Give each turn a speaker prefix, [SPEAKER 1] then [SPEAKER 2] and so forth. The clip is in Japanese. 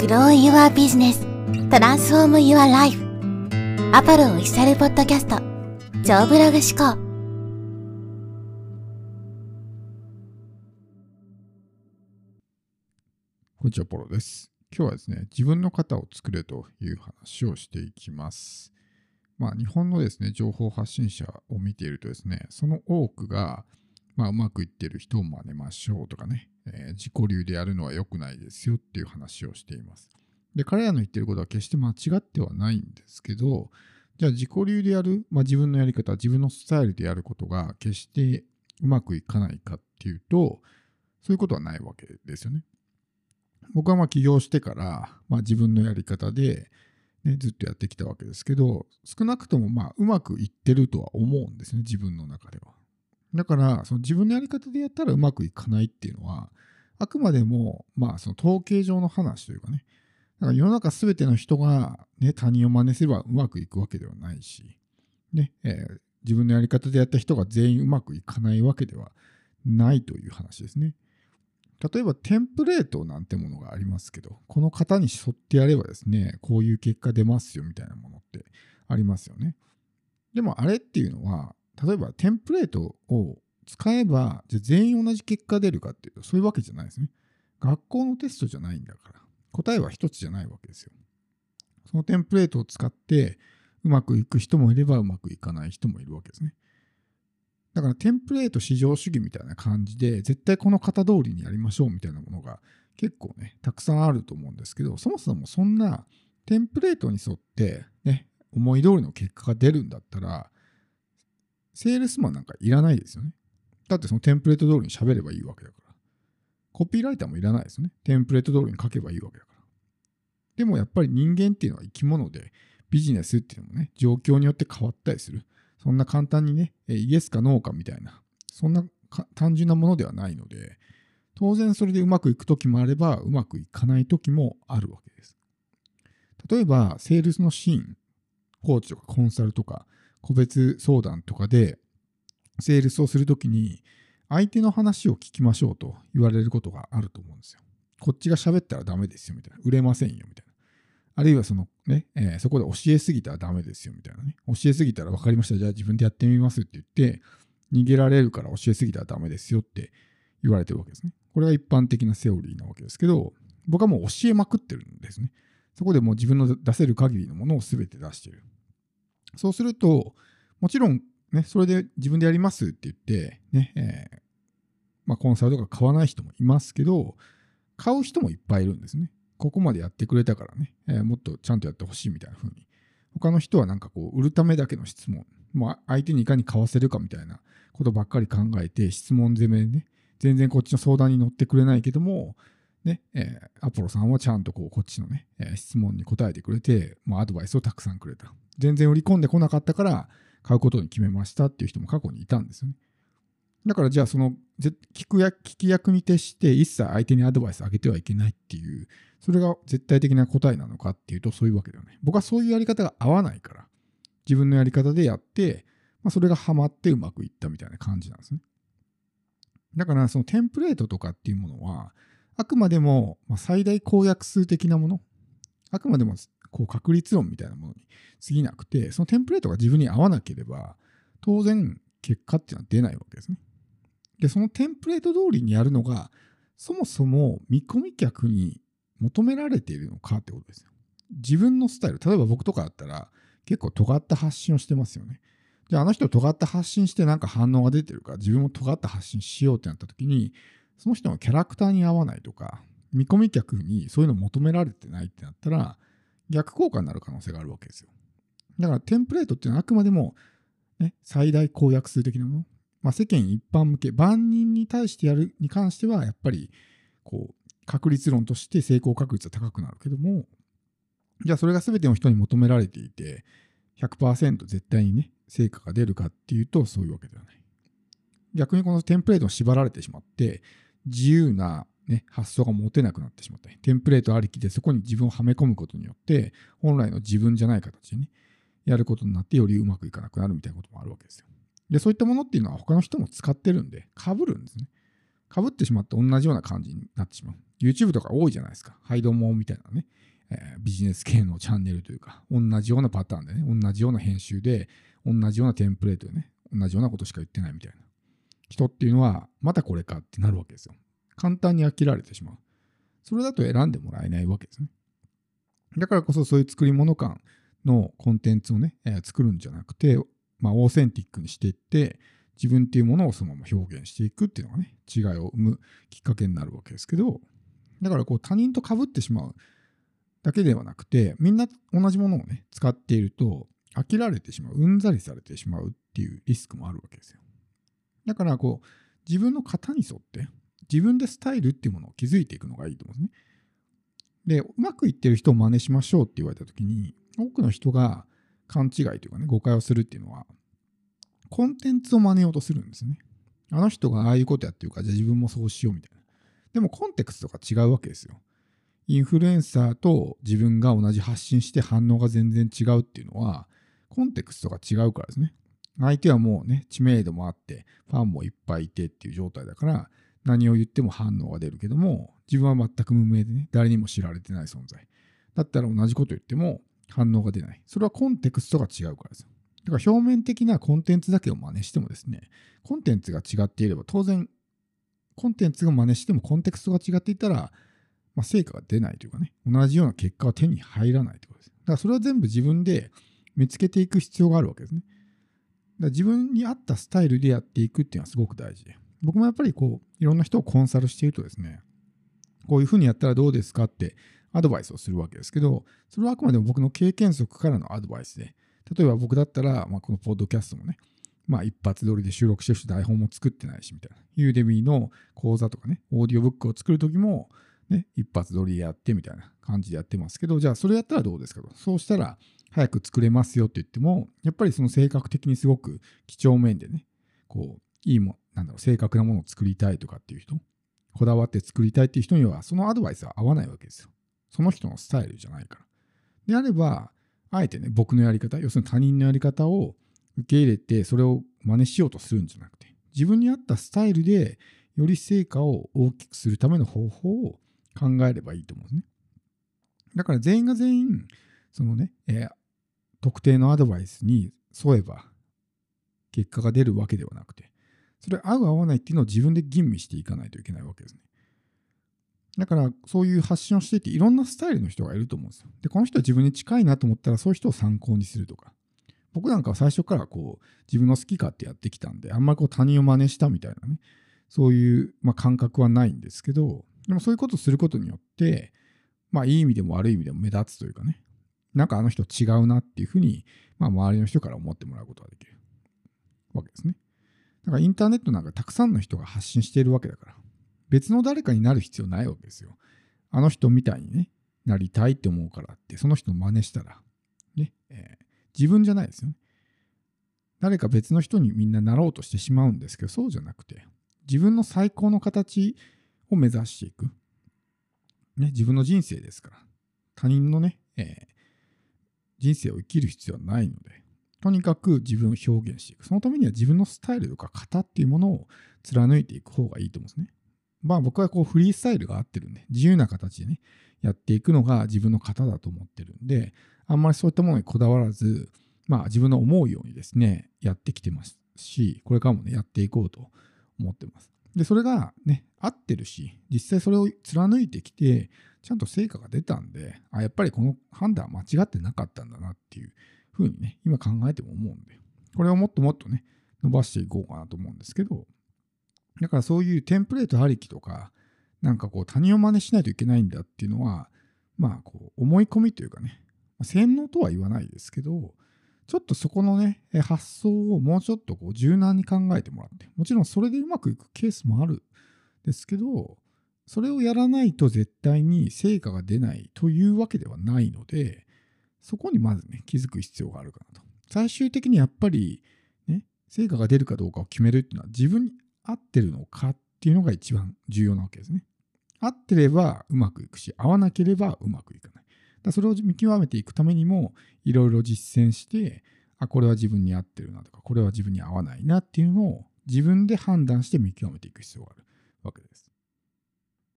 [SPEAKER 1] Grow Your Business Transform Your Life アポロオフィシャルポッドキャスト超ブログ思考。
[SPEAKER 2] こんにちは、ポロです。今日はですね、自分の型を作れという話をしていきます。日本のですね、情報発信者を見ているとですね、その多くが、うまくいっている人を真似ましょうとかね、自己流でやるのは良くないですよっていう話をしています。で、彼らの言っていることは決して間違ってはないんですけど、じゃあ自己流でやる、自分のやり方、自分のスタイルでやることが決してうまくいかないかっていうと、そういうことはないわけですよね。僕は起業してから、自分のやり方で、ずっとやってきたわけですけど、少なくともうまくいってるとは思うんですね、自分の中では。だからその自分のやり方でやったらうまくいかないっていうのは、あくまでもその統計上の話というかね、だから世の中すべての人が、他人を真似すればうまくいくわけではないし、自分のやり方でやった人が全員うまくいかないわけではないという話ですね。例えばテンプレートなんてものがありますけど、この型に沿ってやればですね、こういう結果出ますよみたいなものってありますよね。でもあれっていうのは、例えばテンプレートを使えば、じゃあ全員同じ結果出るかっていうと、そういうわけじゃないですね。学校のテストじゃないんだから、答えは一つじゃないわけですよ。そのテンプレートを使ってうまくいく人もいればうまくいかない人もいるわけですね。だからテンプレート至上主義みたいな感じで、絶対この型通りにやりましょうみたいなものが結構ね、たくさんあると思うんですけど、そもそもそんなテンプレートに沿ってね、思い通りの結果が出るんだったら、セールスマンなんかいらないですよね。だってそのテンプレート通りに喋ればいいわけだから。コピーライターもいらないですよね。テンプレート通りに書けばいいわけだから。でもやっぱり人間っていうのは生き物で、ビジネスっていうのもね、状況によって変わったりする。そんな簡単にね、イエスかノーかみたいな、そんな単純なものではないので、当然それでうまくいくときもあれば、うまくいかないときもあるわけです。例えば、セールスのシーン、コーチとかコンサルとか、個別相談とかで、セールスをするときに、相手の話を聞きましょうと言われることがあると思うんですよ。こっちが喋ったらダメですよみたいな。売れませんよみたいな。あるいはそこで教えすぎたらダメですよみたいなね。教えすぎたら分かりました。じゃあ自分でやってみますって言って、逃げられるから教えすぎたらダメですよって言われてるわけですね。これが一般的なセオリーなわけですけど、僕はもう教えまくってるんですね。そこでもう自分の出せる限りのものを全て出している。そうすると、もちろんそれで自分でやりますって言ってコンサルとか買わない人もいますけど、買う人もいっぱいいるんですね。ここまでやってくれたからね、もっとちゃんとやってほしいみたいな風に。他の人は売るためだけの質問、相手にいかに買わせるかみたいなことばっかり考えて、質問攻めでね、全然こっちの相談に乗ってくれないけども、アポロさんはちゃんとこっちの質問に答えてくれて、アドバイスをたくさんくれた。全然売り込んでこなかったから買うことに決めましたっていう人も過去にいたんですよね。だからじゃあ聞き役に徹して一切相手にアドバイスあげてはいけないっていう、それが絶対的な答えなのかっていうとそういうわけではない。僕はそういうやり方が合わないから、自分のやり方でやって、それがハマってうまくいったみたいな感じなんですね。だからそのテンプレートとかっていうものは、あくまでも最大公約数的なもの、あくまでも確率論みたいなものに過ぎなくて、そのテンプレートが自分に合わなければ、当然結果っていうのは出ないわけですね。で、そのテンプレート通りにやるのが、そもそも見込み客に求められているのかってことですよ。自分のスタイル、例えば僕とかだったら結構尖った発信をしてますよね。で、あの人尖った発信して反応が出てるから自分も尖った発信しようってなった時に、その人のキャラクターに合わないとか、見込み客にそういうの求められてないってなったら、逆効果になる可能性があるわけですよ。だからテンプレートっていうのはあくまでも、最大公約数的なもの。世間一般向け、万人に対してやるに関しては、やっぱり、確率論として成功確率は高くなるけども、じゃあそれが全ての人に求められていて、100% 絶対に成果が出るかっていうと、そういうわけではない。逆にこのテンプレートに縛られてしまって、自由な、発想が持てなくなってしまった。テンプレートありきでそこに自分をはめ込むことによって、本来の自分じゃない形でやることになってよりうまくいかなくなるみたいなこともあるわけですよ。で、そういったものっていうのは他の人も使ってるんで、被るんですね。被ってしまって同じような感じになってしまう。 YouTube とか多いじゃないですか。ハイドモンみたいなね、ビジネス系のチャンネルというか、同じようなパターンでね、同じような編集で、同じようなテンプレートでね、同じようなことしか言ってないみたいな人っていうのは、またこれかってなるわけですよ。簡単に飽きられてしまう。それだと選んでもらえないわけですね。だからこそそういう作り物感のコンテンツをね、作るんじゃなくて、オーセンティックにしていって、自分っていうものをそのまま表現していくっていうのがね、違いを生むきっかけになるわけですけど、だからこう他人と被ってしまうだけではなくて、みんな同じものをね、使っていると飽きられてしまう、うんざりされてしまうっていうリスクもあるわけですよ。だからこう、自分の型に沿って、自分でスタイルっていうものを築いていくのがいいと思うんですね。で、うまくいってる人を真似しましょうって言われたときに、多くの人が勘違いというかね、誤解をするっていうのは、コンテンツを真似ようとするんですね。あの人がああいうことやってるから、じゃあ自分もそうしようみたいな。でもコンテクストが違うわけですよ。インフルエンサーと自分が同じ発信して反応が全然違うっていうのは、コンテクストが違うからですね。相手はもうね、知名度もあって、ファンもいっぱいいてっていう状態だから、何を言っても反応が出るけども、自分は全く無名でね、誰にも知られてない存在。だったら同じこと言っても反応が出ない。それはコンテクストが違うからですよ。だから表面的なコンテンツだけを真似してもですね、コンテンツが違っていれば当然、コンテンツが真似してもコンテクストが違っていたら、成果が出ないというかね、同じような結果は手に入らないということです。だからそれは全部自分で見つけていく必要があるわけですね。だから自分に合ったスタイルでやっていくっていうのはすごく大事で。僕もやっぱりこう、いろんな人をコンサルしているとですね、こういうふうにやったらどうですかってアドバイスをするわけですけど、それはあくまでも僕の経験則からのアドバイスで、例えば僕だったら、このポッドキャストもね、一発撮りで収録してるし、台本も作ってないしみたいな。ユーデミーの講座とかね、オーディオブックを作るときも、ね、一発撮りやってみたいな感じでやってますけど、じゃあそれやったらどうですかと。そうしたら早く作れますよって言っても、やっぱりその性格的にすごく几帳面でね、こう、いいも、正確なものを作りたいとかっていう人、こだわって作りたいっていう人には、そのアドバイスは合わないわけですよ。その人のスタイルじゃないから。であれば、あえてね、僕のやり方、要するに他人のやり方を受け入れて、それを真似しようとするんじゃなくて、自分に合ったスタイルで、より成果を大きくするための方法を考えればいいと思うんですね。だから全員が全員、そのね、特定のアドバイスに沿えば結果が出るわけではなくて、それ合う合わないっていうのを自分で吟味していかないといけないわけですね。だからそういう発信をしていていろんなスタイルの人がいると思うんですよ。で、この人は自分に近いなと思ったらそういう人を参考にするとか。僕なんかは最初からこう自分の好き勝手やってきたんで、あんまりこう他人を真似したみたいなね、そういう、感覚はないんですけど、でもそういうことをすることによって、いい意味でも悪い意味でも目立つというかね、なんかあの人違うなっていうふうに、周りの人から思ってもらうことができるわけですね。だからインターネットなんかたくさんの人が発信しているわけだから、別の誰かになる必要ないわけですよ。あの人みたいにね、なりたいって思うからって、その人の真似したら、ね、自分じゃないですよね。誰か別の人にみんななろうとしてしまうんですけど、そうじゃなくて、自分の最高の形を目指していく。ね、自分の人生ですから。他人のね、人生を生きる必要はないので、とにかく自分を表現していく。そのためには自分のスタイルとか型っていうものを貫いていく方がいいと思うんですね。僕はこうフリースタイルが合ってるんで、自由な形でね、やっていくのが自分の型だと思ってるんで、あんまりそういったものにこだわらず、自分の思うようにですね、やってきてますし、これからもね、やっていこうと思ってます。で、それがね、合ってるし、実際それを貫いてきて、ちゃんと成果が出たんで、やっぱりこの判断は間違ってなかったんだなっていうふうにね、今考えても思うんで、これをもっともっとね、伸ばしていこうかなと思うんですけど、だからそういうテンプレートありきとか、なんかこう他人を真似しないといけないんだっていうのは、こう思い込みというかね、洗脳とは言わないですけど、ちょっとそこのね、発想をもうちょっとこう柔軟に考えてもらって、もちろんそれでうまくいくケースもあるんですけど、それをやらないと絶対に成果が出ないというわけではないので、そこにまずね、気づく必要があるかなと。最終的にやっぱり、ね、成果が出るかどうかを決めるっていうのは自分に合ってるのかっていうのが一番重要なわけですね。合ってればうまくいくし、合わなければうまくいかない。それを見極めていくためにも、いろいろ実践して、これは自分に合ってるなとか、これは自分に合わないなっていうのを自分で判断して見極めていく必要があるわけです。